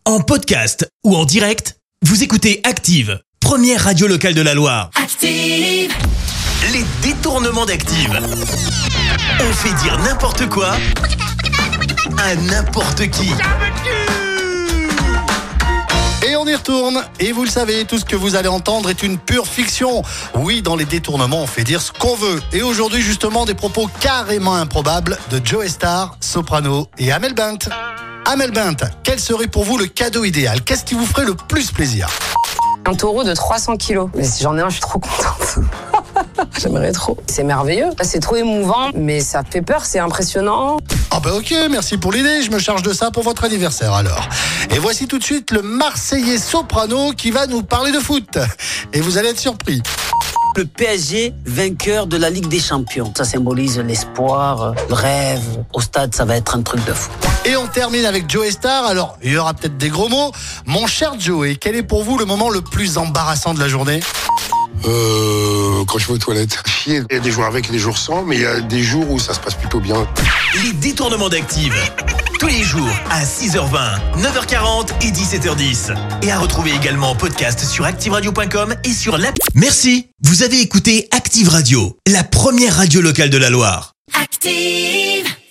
En podcast ou en direct, vous écoutez Active, première radio locale de la Loire. Active. Les détournements d'Active. On fait dire n'importe quoi à n'importe qui. Et on y retourne. Et vous le savez, tout ce que vous allez entendre est une pure fiction. Oui, dans les détournements, on fait dire ce qu'on veut. Et aujourd'hui, justement, des propos carrément improbables de Joey Starr, soprano, et Amel Bent. Amel Bent, quel serait pour vous le cadeau idéal? Qu'est-ce qui vous ferait le plus plaisir? Un taureau de 300 kilos. Mais si j'en ai un, je suis trop contente. J'aimerais trop. C'est merveilleux. C'est trop émouvant, mais ça fait peur, c'est impressionnant. Ah bah ok, merci pour l'idée, je me charge de ça pour votre anniversaire alors. Et voici tout de suite le Marseillais soprano qui va nous parler de foot. Et vous allez être surpris. Le PSG vainqueur de la Ligue des Champions. Ça symbolise l'espoir, le rêve. Au stade, ça va être un truc de fou. Et on termine avec Joey Starr. Alors, il y aura peut-être des gros mots. Mon cher Joey, quel est pour vous le moment le plus embarrassant de la journée? Quand je vais aux toilettes. Il y a des jours avec et des jours sans, mais il y a des jours où ça se passe plutôt bien. Les détournements d'Active. Tous les jours à 6h20, 9h40 et 17h10. Et à retrouver également en podcast sur activeradio.com et sur l'app. Merci. Vous avez écouté Active Radio, la première radio locale de la Loire. Active.